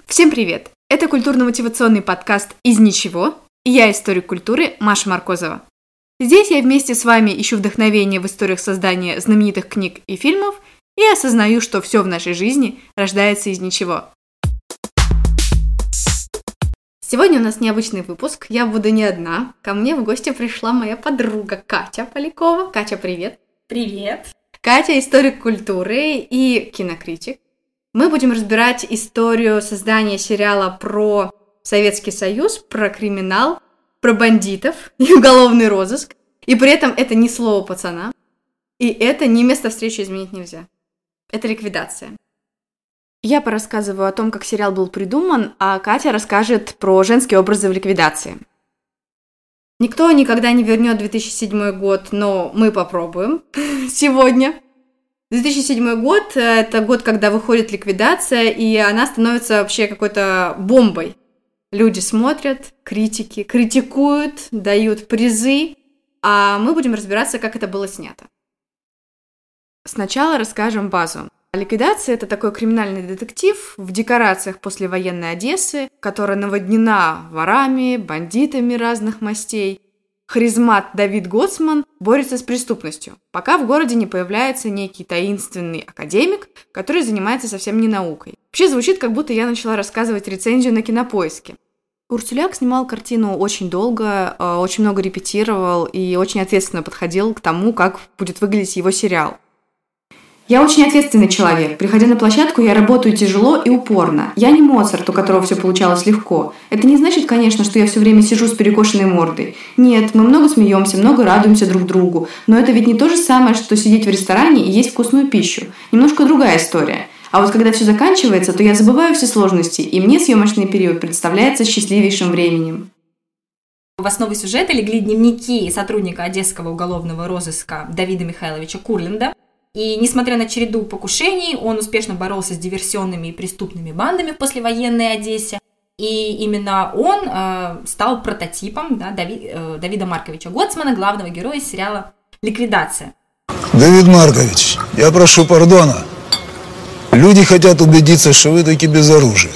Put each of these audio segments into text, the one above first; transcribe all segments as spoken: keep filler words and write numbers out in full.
Всем привет! Это культурно-мотивационный подкаст «Из ничего», и я историк культуры Маша Маркозова. Здесь я вместе с вами ищу вдохновение в историях создания знаменитых книг и фильмов и осознаю, что все в нашей жизни рождается из ничего. Сегодня у нас необычный выпуск, я буду не одна. Ко мне в гости пришла моя подруга Катя Полякова. Катя, привет! Привет! Катя – историк культуры и кинокритик. Мы будем разбирать историю создания сериала про Советский Союз, про криминал, про бандитов и уголовный розыск. И при этом это не слово пацана, и это не место встречи изменить нельзя. Это ликвидация. Я порассказываю о том, как сериал был придуман, а Катя расскажет про женские образы в ликвидации. Никто никогда не вернет две тысячи седьмой год, но мы попробуем сегодня. две тысячи седьмой год – это год, когда выходит ликвидация, и она становится вообще какой-то бомбой. Люди смотрят, критики критикуют, дают призы, а мы будем разбираться, как это было снято. Сначала расскажем базу. Ликвидация – это такой криминальный детектив в декорациях послевоенной Одессы, которая наводнена ворами, бандитами разных мастей. Харизмат Давид Гоцман борется с преступностью, пока в городе не появляется некий таинственный академик, который занимается совсем не наукой. Вообще звучит, как будто я начала рассказывать рецензию на Кинопоиске. Урсуляк снимал картину очень долго, очень много репетировал и очень ответственно подходил к тому, как будет выглядеть его сериал. Я очень ответственный человек. Приходя на площадку, я работаю тяжело и упорно. Я не Моцарт, у которого все получалось легко. Это не значит, конечно, что я все время сижу с перекошенной мордой. Нет, мы много смеемся, много радуемся друг другу. Но это ведь не то же самое, что сидеть в ресторане и есть вкусную пищу. Немножко другая история. А вот когда все заканчивается, то я забываю все сложности, и мне съемочный период представляется счастливейшим временем. В основу сюжета легли дневники сотрудника Одесского уголовного розыска Давида Михайловича Курленда. И несмотря на череду покушений, он успешно боролся с диверсионными и преступными бандами в послевоенной Одессе. И именно он э, стал прототипом да, Дави, э, Давида Марковича Гоцмана, главного героя сериала «Ликвидация». Давид Маркович, я прошу пардона. Люди хотят убедиться, что вы таки без оружия.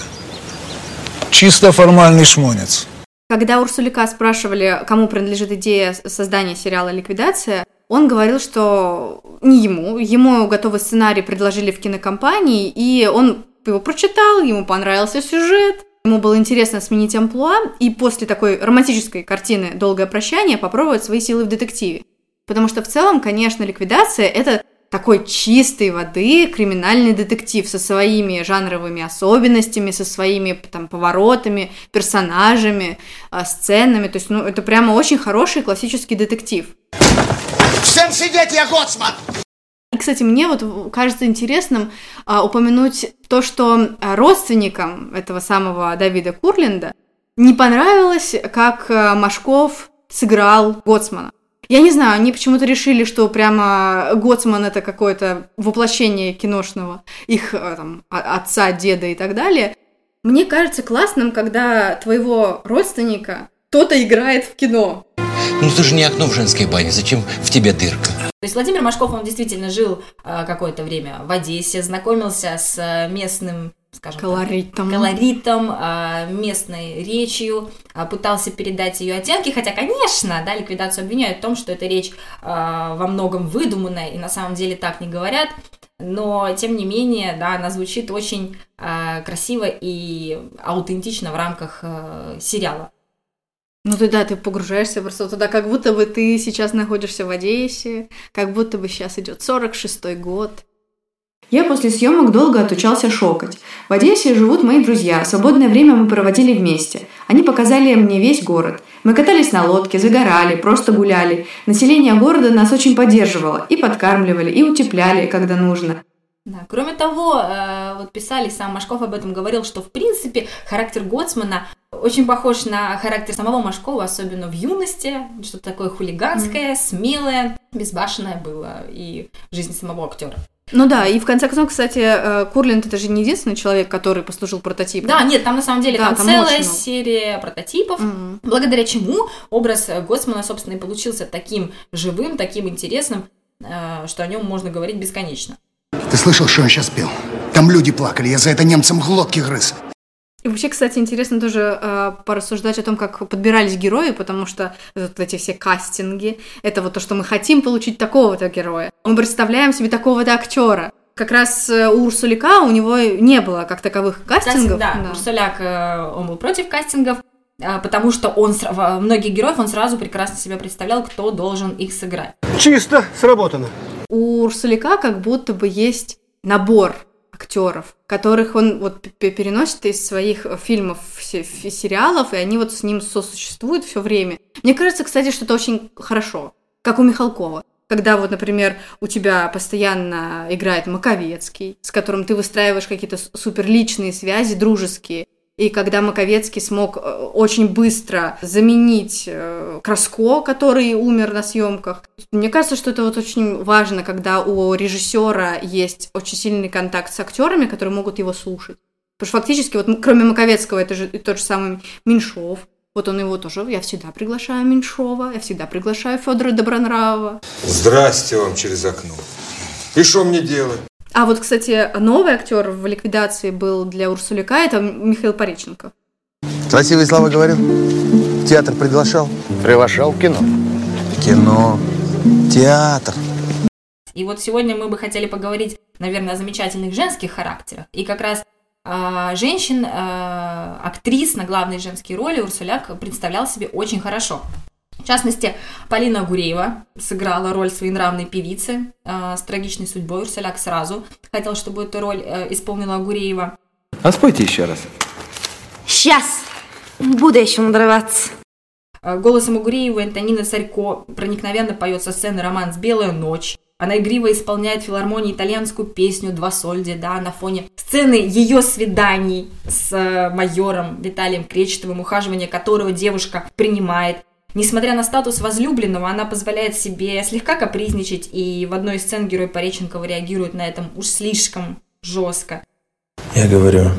Чисто формальный шмонец. Когда Урсуляка спрашивали, кому принадлежит идея создания сериала «Ликвидация», он говорил, что не ему. Ему готовый сценарий предложили в кинокомпании, и он его прочитал, ему понравился сюжет, ему было интересно сменить амплуа, и после такой романтической картины «Долгое прощание» попробовать свои силы в детективе. Потому что в целом, конечно, «Ликвидация» — это такой чистой воды криминальный детектив со своими жанровыми особенностями, со своими там, поворотами, персонажами, сценами. То есть, ну, это прямо очень хороший классический детектив. Всем сидеть, я Гоцман! И, кстати, мне вот кажется интересным а, упомянуть то, что родственникам этого самого Давида Курленда не понравилось, как а, Машков сыграл Гоцмана. Я не знаю, они почему-то решили, что прямо Гоцман — это какое-то воплощение киношного их там, отца, деда и так далее. Мне кажется классным, когда твоего родственника кто-то играет в кино. Ну ты же не окно в женской бане, зачем в тебе дырка? То есть Владимир Машков, он действительно жил э, какое-то время в Одессе, знакомился с местным, скажем колоритом, так, колоритом э, местной речью, э, пытался передать ее оттенки, хотя, конечно, да, ликвидацию обвиняют в том, что эта речь э, во многом выдуманная, и на самом деле так не говорят, но, тем не менее, да, она звучит очень э, красиво и аутентично в рамках э, сериала. Ну ты да, ты погружаешься просто туда, как будто бы ты сейчас находишься в Одессе, как будто бы сейчас идет сорок шестой год. Я после съемок долго отучался шокать. В Одессе живут мои друзья, свободное время мы проводили вместе. Они показали мне весь город. Мы катались на лодке, загорали, просто гуляли. Население города нас очень поддерживало, и подкармливали, и утепляли, когда нужно. Да. Кроме того, э, вот писали, сам Машков об этом говорил, что в принципе характер Гоцмана очень похож на характер самого Машкова, особенно в юности, что-то такое хулиганское, mm. смелое, безбашенное было и в жизни самого актера. Ну да, и в конце концов, кстати, Курленд — это же не единственный человек, который послужил прототипом. Да, нет, там на самом деле да, там там целая серия прототипов, mm-hmm. благодаря чему образ Гоцмана, собственно, и получился таким живым, таким интересным, что о нем можно говорить бесконечно. Ты слышал, что он сейчас пел? Там люди плакали, я за это немцам глотки грыз. И вообще, кстати, интересно тоже э, порассуждать о том, как подбирались герои, потому что вот эти все кастинги, это вот то, что мы хотим получить такого-то героя. Мы представляем себе такого-то актера. Как раз у Урсули К. у него не было как таковых кастингов. Кстати, да, да. Урсуляк, он был против кастингов, потому что он, многих героев он сразу прекрасно себе представлял, кто должен их сыграть. Чисто сработано. У Урсули К. как будто бы есть набор актеров, которых он вот переносит из своих фильмов, сериалов, и они вот с ним сосуществуют все время. Мне кажется, кстати, что это очень хорошо, как у Михалкова. Когда вот, например, у тебя постоянно играет Маковецкий, с которым ты выстраиваешь какие-то суперличные связи, дружеские, и когда Маковецкий смог очень быстро заменить Краско, который умер на съемках. Мне кажется, что это вот очень важно, когда у режиссера есть очень сильный контакт с актерами, которые могут его слушать. Потому что фактически, вот кроме Маковецкого, это же тот же самый Меньшов. Вот он его тоже, я всегда приглашаю Меньшова, я всегда приглашаю Федора Добронравова. Здрасте вам через окно. И что мне делать? А вот, кстати, новый актер в «Ликвидации» был для Урсули К. это Михаил Пореченков. Красивые слова говорил? Театр приглашал? Приглашал в кино. Кино. Театр. И вот сегодня мы бы хотели поговорить, наверное, о замечательных женских характерах. И как раз э, женщин, э, актрис на главные женские роли Урсуляк представлял себе очень хорошо. В частности, Полина Агуреева сыграла роль своенравной певицы э, с трагичной судьбой. Урсуляк сразу хотел, чтобы эту роль э, исполнила Агуреева. А спойте еще раз. Сейчас! Буду еще надрываться. Э, голосом Агуреевой Антонина Царько проникновенно поет со сцены романс «Белая ночь». Она игриво исполняет в филармонии итальянскую песню «Два сольди», да, на фоне сцены ее свиданий с э, майором Виталием Кречетовым, ухаживание которого девушка принимает. Несмотря на статус возлюбленного, она позволяет себе слегка капризничать, и в одной из сцен герой Пореченкова реагирует на этом уж слишком жестко. Я говорю,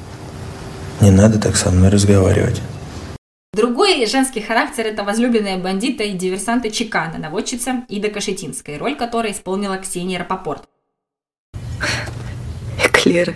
не надо так со мной разговаривать. Другой женский характер – это возлюбленная бандита и диверсанта Чекана, наводчица Ида Кашетинская, роль которой исполнила Ксения Рапопорт. Эклеры,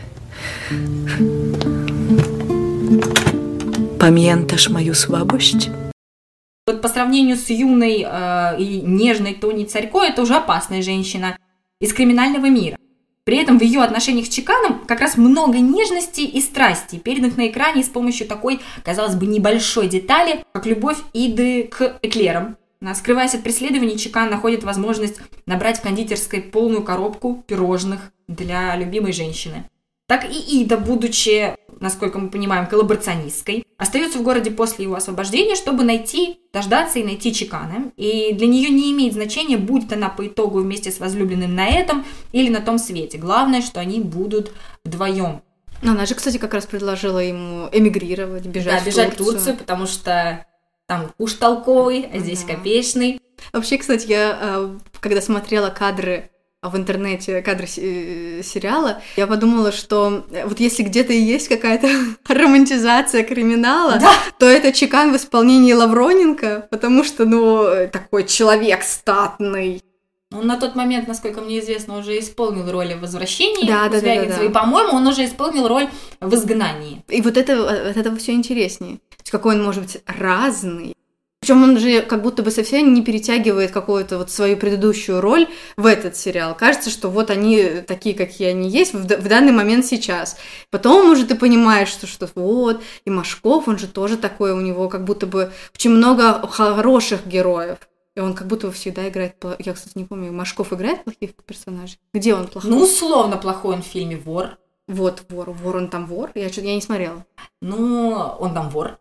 pamiętasz мою слабость? Вот по сравнению с юной э, и нежной Тоней Царько, это уже опасная женщина из криминального мира. При этом в ее отношениях с Чеканом как раз много нежности и страсти, переданных на экране с помощью такой, казалось бы, небольшой детали, как любовь Иды к эклерам. Скрываясь от преследований, Чекан находит возможность набрать в кондитерской полную коробку пирожных для любимой женщины. Так и Ида, будучи, насколько мы понимаем, коллаборационисткой, остается в городе после его освобождения, чтобы найти, дождаться и найти Чекана. И для нее не имеет значения, будет она по итогу вместе с возлюбленным на этом или на том свете. Главное, что они будут вдвоем. Она же, кстати, как раз предложила ему эмигрировать, бежать, да, бежать в Турцию. в Турцию, потому что там уж толковый, а здесь ага. копеечный. Вообще, кстати, я, когда смотрела кадры в интернете, кадры сериала, я подумала, что вот если где-то и есть какая-то романтизация криминала, да. то это Чекан в исполнении Лавроненко, потому что, ну, такой человек статный. Он на тот момент, насколько мне известно, уже исполнил роль в «Возвращении» да, да, да, да, да. и, по-моему, он уже исполнил роль в «Изгнании». И вот это, от этого все интереснее. Какой он может быть разный. Причем он же как будто бы совсем не перетягивает какую-то вот свою предыдущую роль в этот сериал. Кажется, что вот они такие, какие они есть в, в данный момент сейчас. Потом уже ты понимаешь, что, что вот, и Машков, он же тоже такой, у него как будто бы очень много хороших героев. И он как будто бы всегда играет... Я, кстати, не помню, Машков играет плохих персонажей? Где он плохой? Ну, условно плохой он в фильме «Вор». Вот, вор. Вор, он там вор? Я, я не смотрела. Ну, он там вор.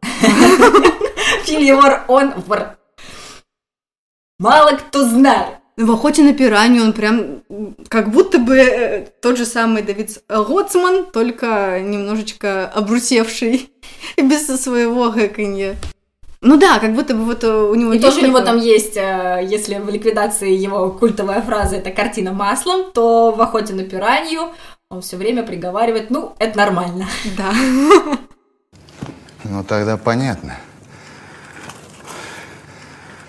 В фильме «Вор» он вор. Мало кто знает. В «Охоте на пиранью» он прям как будто бы тот же самый Давид Гоцман, только немножечко обрусевший и без своего гэканья. Ну да, как будто бы вот у него... И тоже у него там есть, если в «Ликвидации» его культовая фраза «это картина маслом», то в «Охоте на пиранью» он все время приговаривает, ну, это нормально. Да. Ну, тогда понятно.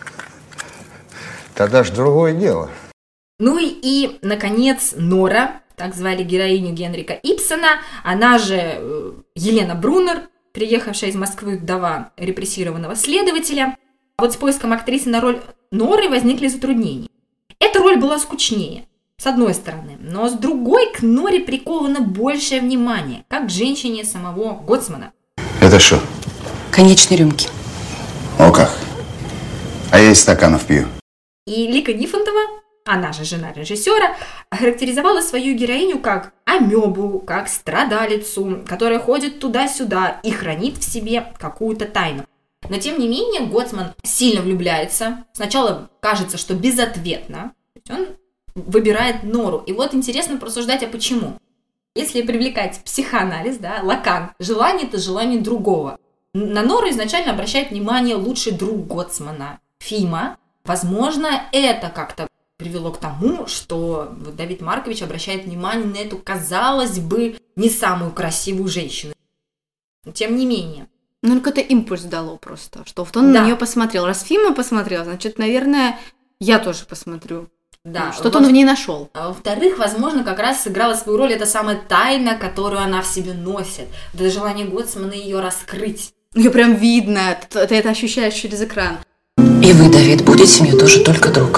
Тогда ж другое дело. Ну и, и, наконец, Нора, так звали героиню Генрика Ибсена, она же э, Елена Брунер, приехавшая из Москвы вдова репрессированного следователя. Вот с поиском актрисы на роль Норы возникли затруднения. Эта роль была скучнее, с одной стороны, но с другой к Норе приковано большее внимание, как к женщине самого Гоцмана. Это что? Конечные рюмки. О как? А я из стаканов пью. И Лика Нифонтова, она же жена режиссера, охарактеризовала свою героиню как амебу, как страдалицу, которая ходит туда-сюда и хранит в себе какую-то тайну. Но, тем не менее, Гоцман сильно влюбляется. Сначала кажется, что безответно. Он выбирает Нору. И вот интересно порассуждать, а почему? Если привлекать психоанализ, да, Лакан, желание – это желание другого. На Нору изначально обращает внимание лучший друг Гоцмана, Фима. Возможно, это как-то привело к тому, что Давид Маркович обращает внимание на эту, казалось бы, не самую красивую женщину. Но, тем не менее. Ну, какой-то импульс дало просто, что вот он да. на нее посмотрел. Раз Фима посмотрел, значит, наверное, я тоже посмотрю. Да. Что-то он в ней нашел. А во-вторых, возможно, как раз сыграла свою роль эта самая тайна, которую она в себе носит. Вот это желание Гоцмана ее раскрыть. Ее прям видно, ты, ты это ощущаешь через экран. И вы, Давид, будете мне тоже только друг.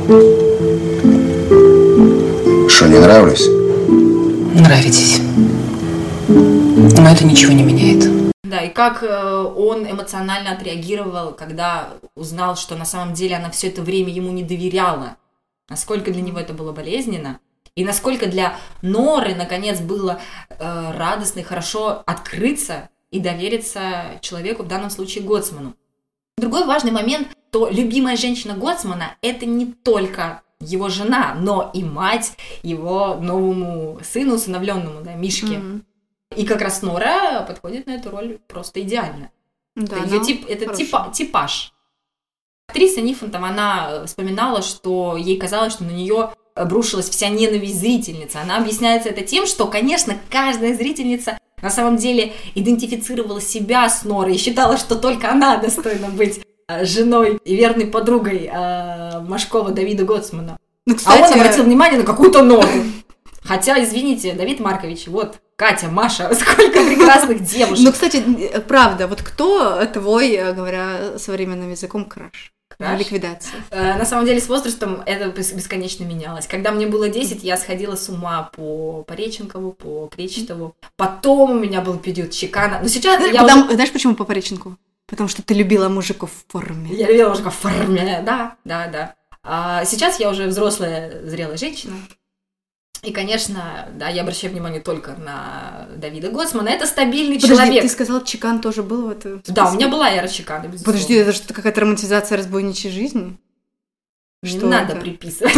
Что, не нравлюсь? Нравитесь. Но это ничего не меняет. Да, и как э, он эмоционально отреагировал, когда узнал, что на самом деле она все это время ему не доверяла. Насколько для него это было болезненно. И насколько для Норы, наконец, было э, радостно и хорошо открыться и довериться человеку, в данном случае Гоцману. Другой важный момент, то любимая женщина Гоцмана – это не только его жена, но и мать его новому сыну, усыновленному, да, Мишке. Mm-hmm. И как раз Нора подходит на эту роль просто идеально. Да, это ее тип, это типа, типаж. Актриса Нифонтова, она вспоминала, что ей казалось, что на нее обрушилась вся ненависть зрительницы. Она объясняется это тем, что, конечно, каждая зрительница на самом деле идентифицировала себя с Норой и считала, что только она достойна быть женой и верной подругой э, Машкова Давида Гоцмана. Ну, кстати, а он обратил внимание на какую-то Нору. Хотя, извините, Давид Маркович, вот Катя, Маша, сколько прекрасных девушек. Ну, кстати, правда, вот кто твой, говоря современным языком, краш? Краш? Ликвидация. Э, на самом деле, с возрастом это бесконечно менялось. Когда мне было десять, я сходила с ума по Пореченкову, по Кречетову. Потом у меня был период Чекана. Но сейчас я Потому, уже... Знаешь, почему по Пореченкову? Потому что ты любила мужиков в форме. Я любила мужиков в форме, да, да, да. А сейчас я уже взрослая, зрелая женщина. И, конечно, да, я обращаю внимание только на Давида Гоцмана. Это стабильный Подожди, человек. Ты сказал, Чекан тоже был в этом списке? Да, у меня была эра Чекана, безусловно. Подожди, это что, какая-то романтизация разбойничьей жизни? Не что надо это? приписывать.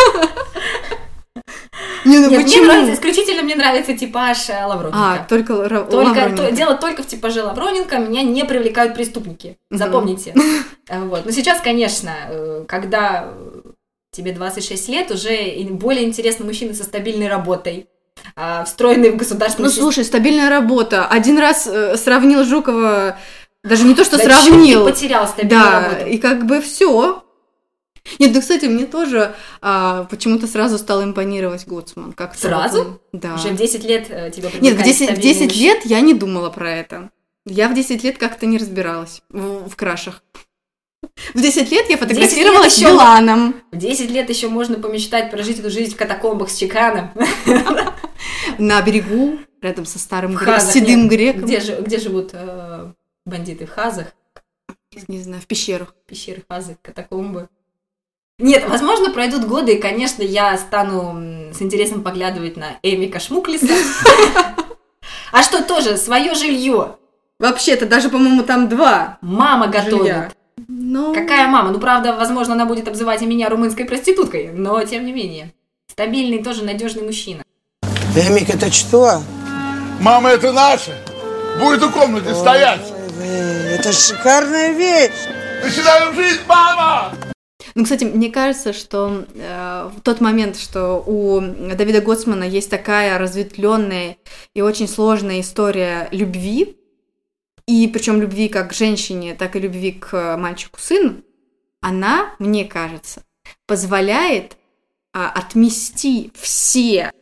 Не, ну Нет, почему? мне нравится, исключительно мне нравится типаж Лавроненко. А, только, Ра- только Лавроненко. то, дело только в типаже Лавроненко, меня не привлекают преступники. Запомните. Вот. Но сейчас, конечно, когда тебе двадцать шесть лет, уже более интересны мужчины со стабильной работой, встроенные в государственную Ну, систему. слушай, стабильная работа. Один раз э, сравнил Жукова, даже не то, что Да сравнил. ты потерял стабильную да, работу. и как бы все. Нет, ну, кстати, мне тоже а, почему-то сразу стал импонировать Гоцман. Как Сразу? Да. Уже в десять лет э, тебя привлекает Нет, в десять, в десять стабильный лет я не думала про это. Я в десять лет как-то не разбиралась в, в крашах. В десять лет я фотографировалась с Биланом. В десять лет еще можно помечтать прожить эту жизнь в катакомбах с Чеканом. На берегу, рядом со старым В греком, Хазах, с седым нет. греком. Где, же, где живут э, бандиты? В Хазах? Не знаю, в пещерах. Пещеры, Хазы, катакомбы. Нет, возможно, пройдут годы, и, конечно, я стану с интересом поглядывать на Эмика Шмуклиса. А что, тоже свое жилье? Вообще-то, даже, по-моему, там два. Мама готовит. Жилья. Но... Какая мама? Ну, правда, возможно, она будет обзывать и меня румынской проституткой, но, тем не менее, стабильный, тоже надежный мужчина. Эмик, это что? Мама, это наша. Будет у комнаты стоять. Это шикарная вещь. Начинаем жить, мама! Ну, кстати, мне кажется, что э, в тот момент, что у Давида Гоцмана есть такая разветвленная и очень сложная история любви, и причем любви как к женщине, так и любви к мальчику-сыну, она, мне кажется, позволяет а, отмести все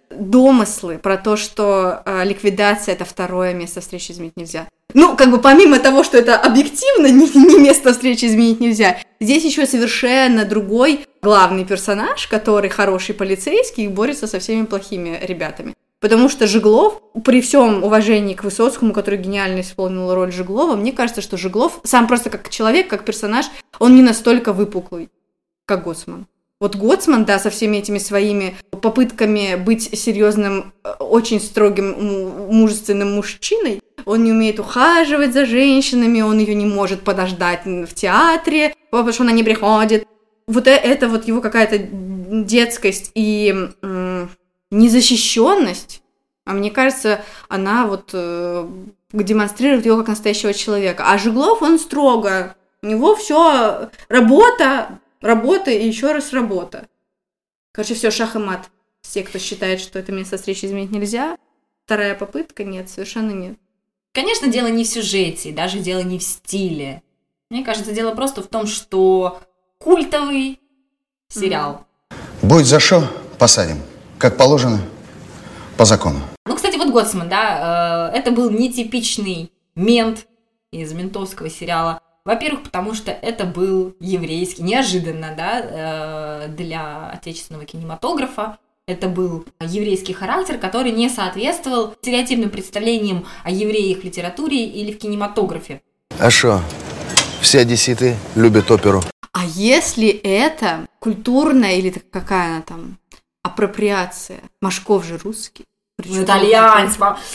домыслы про то, что э, ликвидация – это второе место встречи изменить нельзя. Ну, как бы помимо того, что это объективно не, не место встречи изменить нельзя, здесь еще совершенно другой главный персонаж, который хороший полицейский и борется со всеми плохими ребятами. Потому что Жеглов, при всем уважении к Высоцкому, который гениально исполнил роль Жеглова, мне кажется, что Жеглов сам просто как человек, как персонаж, он не настолько выпуклый, как Гоцман. Вот Гоцман, да, со всеми этими своими попытками быть серьезным, очень строгим, мужественным мужчиной, он не умеет ухаживать за женщинами, он ее не может подождать в театре, потому что она не приходит. Вот это вот его какая-то детскость и м- незащищенность, а мне кажется, она вот э, демонстрирует его как настоящего человека. А Жеглов, он строго, у него все работа, работа и еще раз работа. Короче, все шах и мат. Все, кто считает, что это место встречи изменить нельзя, вторая попытка, нет, совершенно нет. Конечно, дело не в сюжете, даже дело не в стиле. Мне кажется, дело просто в том, что культовый сериал. Будет за шо, посадим. Как положено, по закону. Ну, кстати, вот Гоцман, да, э, это был нетипичный мент из ментовского сериала. Во-первых, потому что это был еврейский, неожиданно, да, э, для отечественного кинематографа. Это был еврейский характер, который не соответствовал стереотипным представлениям о евреях в литературе или в кинематографе. А шо, все одесситы любят оперу. А если это культурная или какая она там апроприация? Машков же русский. Ну, итальянец.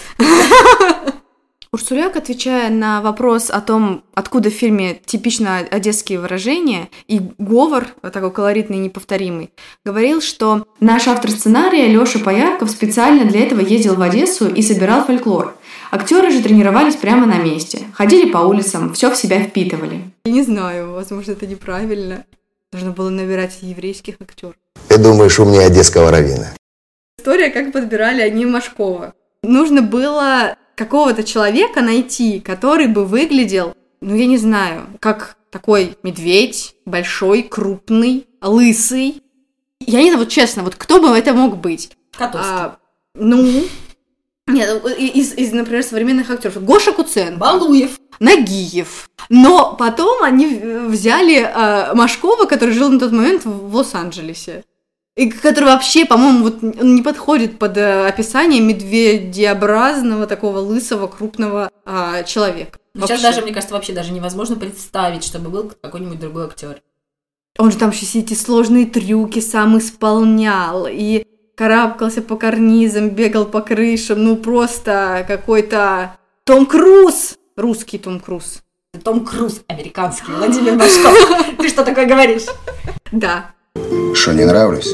Урсуляк, отвечая на вопрос о том, откуда в фильме типично одесские выражения и говор, такой колоритный и неповторимый, говорил, что наш автор сценария Лёша Поярков специально для этого ездил в Одессу и собирал фольклор. Актеры же тренировались прямо на месте, ходили по улицам, все в себя впитывали. Я не знаю, возможно, это неправильно. Нужно было набирать еврейских актеров. Ты думаешь, умнее одесского раввина? История, как подбирали они Машкова. Нужно было какого-то человека найти, который бы выглядел, ну, я не знаю, как такой медведь, большой, крупный, лысый. Я не знаю, вот честно, вот кто бы это мог быть? Котовский. А, ну, нет, из, из, например, современных актеров. Гоша Куценко. Балуев. Нагиев. Но потом они взяли а, Машкова, который жил на тот момент в, в Лос-Анджелесе. И который вообще, по-моему, вот не подходит под описание медведеобразного, такого лысого, крупного а, человека. Ну, сейчас даже, мне кажется, вообще даже невозможно представить, чтобы был какой-нибудь другой актер. Он же там еще все эти сложные трюки сам исполнял, и карабкался по карнизам, бегал по крышам, ну просто какой-то Том Круз, русский Том Круз. Том Круз, американский, Владимир Машков. Ты что такое говоришь? Да. Что, не нравлюсь?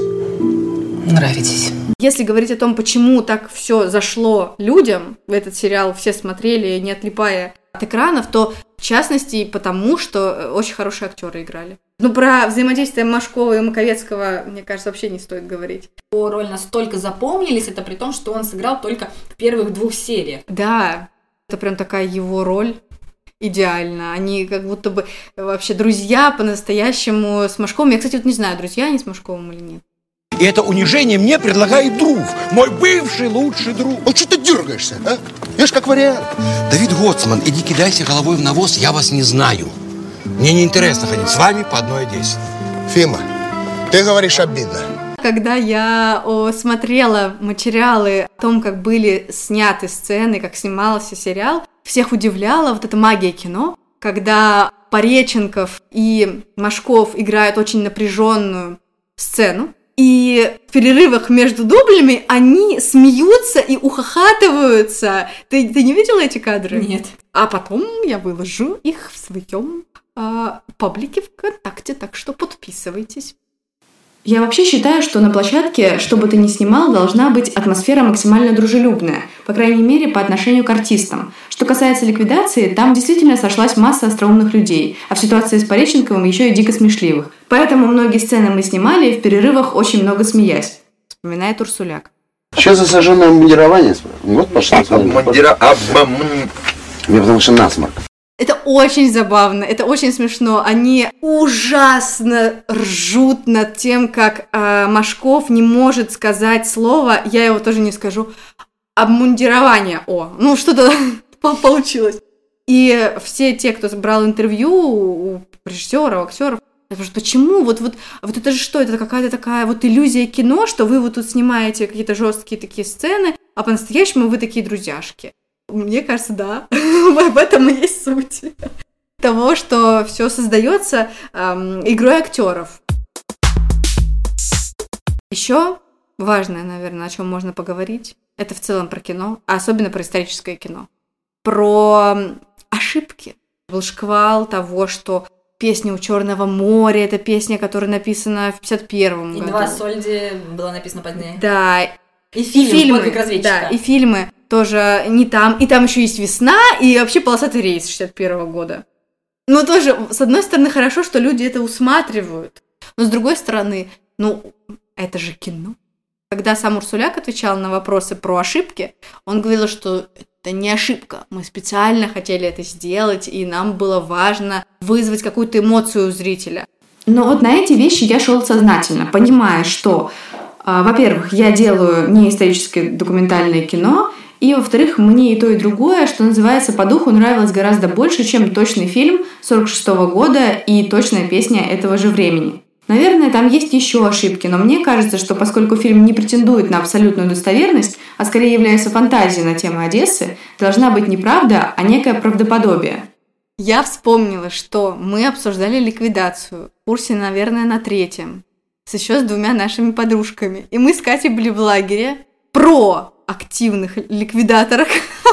Нравитесь. Если говорить о том, почему так все зашло людям, этот сериал все смотрели, не отлипая от экранов, то в частности потому, что очень хорошие актеры играли. Ну, про взаимодействие Машкова и Маковецкого, мне кажется, вообще не стоит говорить. Его роль настолько запомнились, это при том, что он сыграл только в первых двух сериях. Да, это прям такая его роль. Идеально. Они как будто бы вообще друзья по-настоящему с Машковым. Я, кстати, вот не знаю, друзья они с Машковым или нет. И это унижение мне предлагает друг. Мой бывший лучший друг. Ну что ты дергаешься, а? Я ж как вариант. Давид Гоцман, иди кидайся головой в навоз, я вас не знаю. Мне неинтересно ходить с вами по одной Одессе. Фима, ты говоришь обидно. Когда я о, смотрела материалы о том, как были сняты сцены, как снимался сериал, всех удивляла вот эта магия кино, когда Пореченков и Машков играют очень напряженную сцену, и в перерывах между дублями они смеются и ухахатываются. Ты, ты не видела эти кадры? Нет. А потом я выложу их в своем а, паблике ВКонтакте, так что подписывайтесь. Я вообще считаю, что на площадке, что бы ты ни снимал, должна быть атмосфера максимально дружелюбная, по крайней мере, по отношению к артистам. Что касается ликвидации, там действительно сошлась масса остроумных людей, а в ситуации с Пореченковым еще и дико смешливых. Поэтому многие сцены мы снимали, в перерывах очень много смеясь. Вспоминает Урсуляк. Что за сожженное обмундирование? Вот пошло. Обмундира... Мне потому что насморк. Это очень забавно, это очень смешно. Они ужасно ржут над тем, как э, Машков не может сказать слово, я его тоже не скажу, обмундирование. О, ну что-то получилось. И все те, кто брал интервью у режиссеров, актеров, я спрашиваю, почему? Вот, вот, вот это же что? Это какая-то такая вот иллюзия кино, что вы вот тут снимаете какие-то жесткие такие сцены, а по-настоящему вы такие друзьяшки. Мне кажется, да. В этом и есть суть того, что все создается эм, игрой актеров. Еще важное, наверное, о чем можно поговорить, это в целом про кино, а особенно про историческое кино. Про ошибки. Был шквал того, что песня у Черного моря — это песня, которая написана в пятьдесят первом году. И «Два Сольди» была написана позднее. Да. И фильм, фильмы, «Подвиг разведчика». Да, и фильмы тоже не там. И там еще есть «Весна», и вообще «Полосатый рейс» шестьдесят первого года. Но тоже, с одной стороны, хорошо, что люди это усматривают. Но с другой стороны, ну, это же кино. Когда сам Урсуляк отвечал на вопросы про ошибки, он говорил, что это не ошибка. Мы специально хотели это сделать, и нам было важно вызвать какую-то эмоцию у зрителя. Но вот на эти вещи я шел сознательно, понимая, что, э, во-первых, я делаю не историческое документальное кино, и, во-вторых, мне и то, и другое, что называется, по духу нравилось гораздо больше, чем точный фильм сорок шестого года и точная песня этого же времени. Наверное, там есть еще ошибки, но мне кажется, что поскольку фильм не претендует на абсолютную достоверность, а скорее является фантазией на тему Одессы, должна быть не правда, а некое правдоподобие. Я вспомнила, что мы обсуждали ликвидацию в курсе, наверное, на третьем, с еще с двумя нашими подружками. И мы с Катей были в лагере про активных ликвидаторах,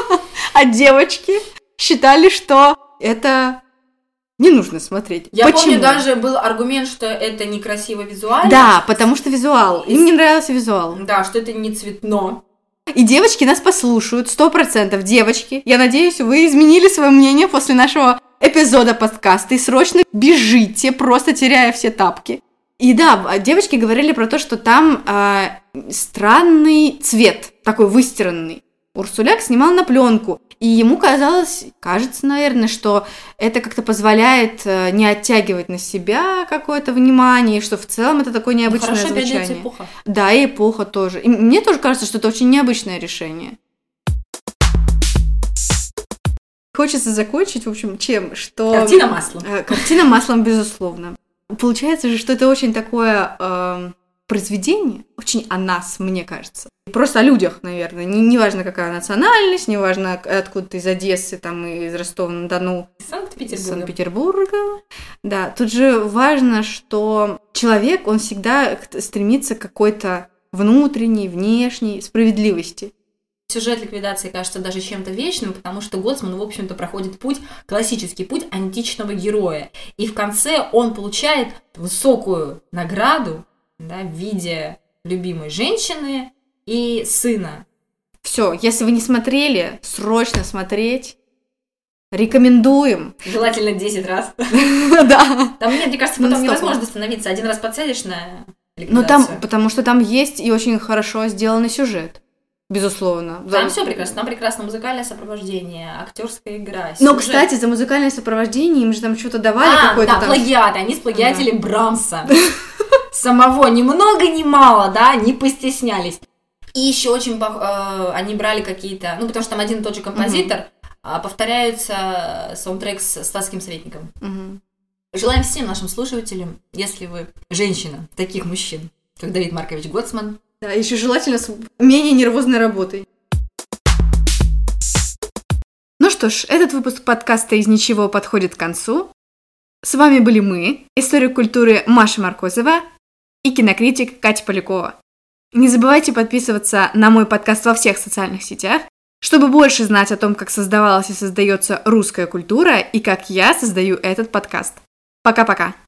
а девочки считали, что это не нужно смотреть. Я Почему? помню, даже был аргумент, что это некрасиво визуально. Да, потому что визуал. Им не нравился визуал. Да, что это не цветно. И девочки нас послушают, сто процентов. Девочки, я надеюсь, вы изменили свое мнение после нашего эпизода подкаста и срочно бежите, просто теряя все тапки. И да, девочки говорили про то, что там э, странный цвет, такой выстиранный. Урсуляк снимал на пленку, и ему казалось, кажется, наверное, что это как-то позволяет э, не оттягивать на себя какое-то внимание, и что в целом это такое необычное ну, хорошо, звучание. опять же, эпоха. Да, и эпоха тоже. И мне тоже кажется, что это очень необычное решение. Хочется закончить, в общем, чем? Что... Картина маслом. Э, картина маслом, безусловно. Получается же, что это очень такое э, произведение, очень о нас, мне кажется. Просто о людях, наверное. Не, не важно, какая национальность, не важно, откуда ты из Одессы, там, из Ростова-на-Дону. Санкт-Петербурга. Санкт-Петербурга. Да, тут же важно, что человек, он всегда стремится к какой-то внутренней, внешней справедливости. Сюжет ликвидации кажется даже чем-то вечным, потому что Готсман, в общем-то, проходит путь, классический путь античного героя. И в конце он получает высокую награду, да, в виде любимой женщины и сына. Все, если вы не смотрели, срочно смотреть. Рекомендуем. Желательно десять раз. Да. Там, нет, мне кажется, потом невозможно остановиться. Один раз подсядешь на ликвидацию. Ну, там, потому что там есть и очень хорошо сделанный сюжет. Безусловно. Там да. Все прекрасно. Там прекрасно музыкальное сопровождение, актерская игра. Но, сюжет. Кстати, за музыкальное сопровождение им же там что-то давали, а, какой-то да, там... плагиат. Они сплагиатили да. Брамса. Самого. Ни много, ни мало, да, не постеснялись. И еще очень... Э, они брали какие-то... Ну, потому что там один и тот же композитор, mm-hmm. повторяются саундтрек с Статским советником. Mm-hmm. Желаем всем нашим слушателям, если вы женщина, таких мужчин, как Давид Маркович Готсман. Да, еще желательно с менее нервозной работой. Ну что ж, этот выпуск подкаста «Из ничего» подходит к концу. С вами были мы, историк культуры Маша Маркозова и кинокритик Катя Полякова. Не забывайте подписываться на мой подкаст во всех социальных сетях, чтобы больше знать о том, как создавалась и создается русская культура и как я создаю этот подкаст. Пока-пока!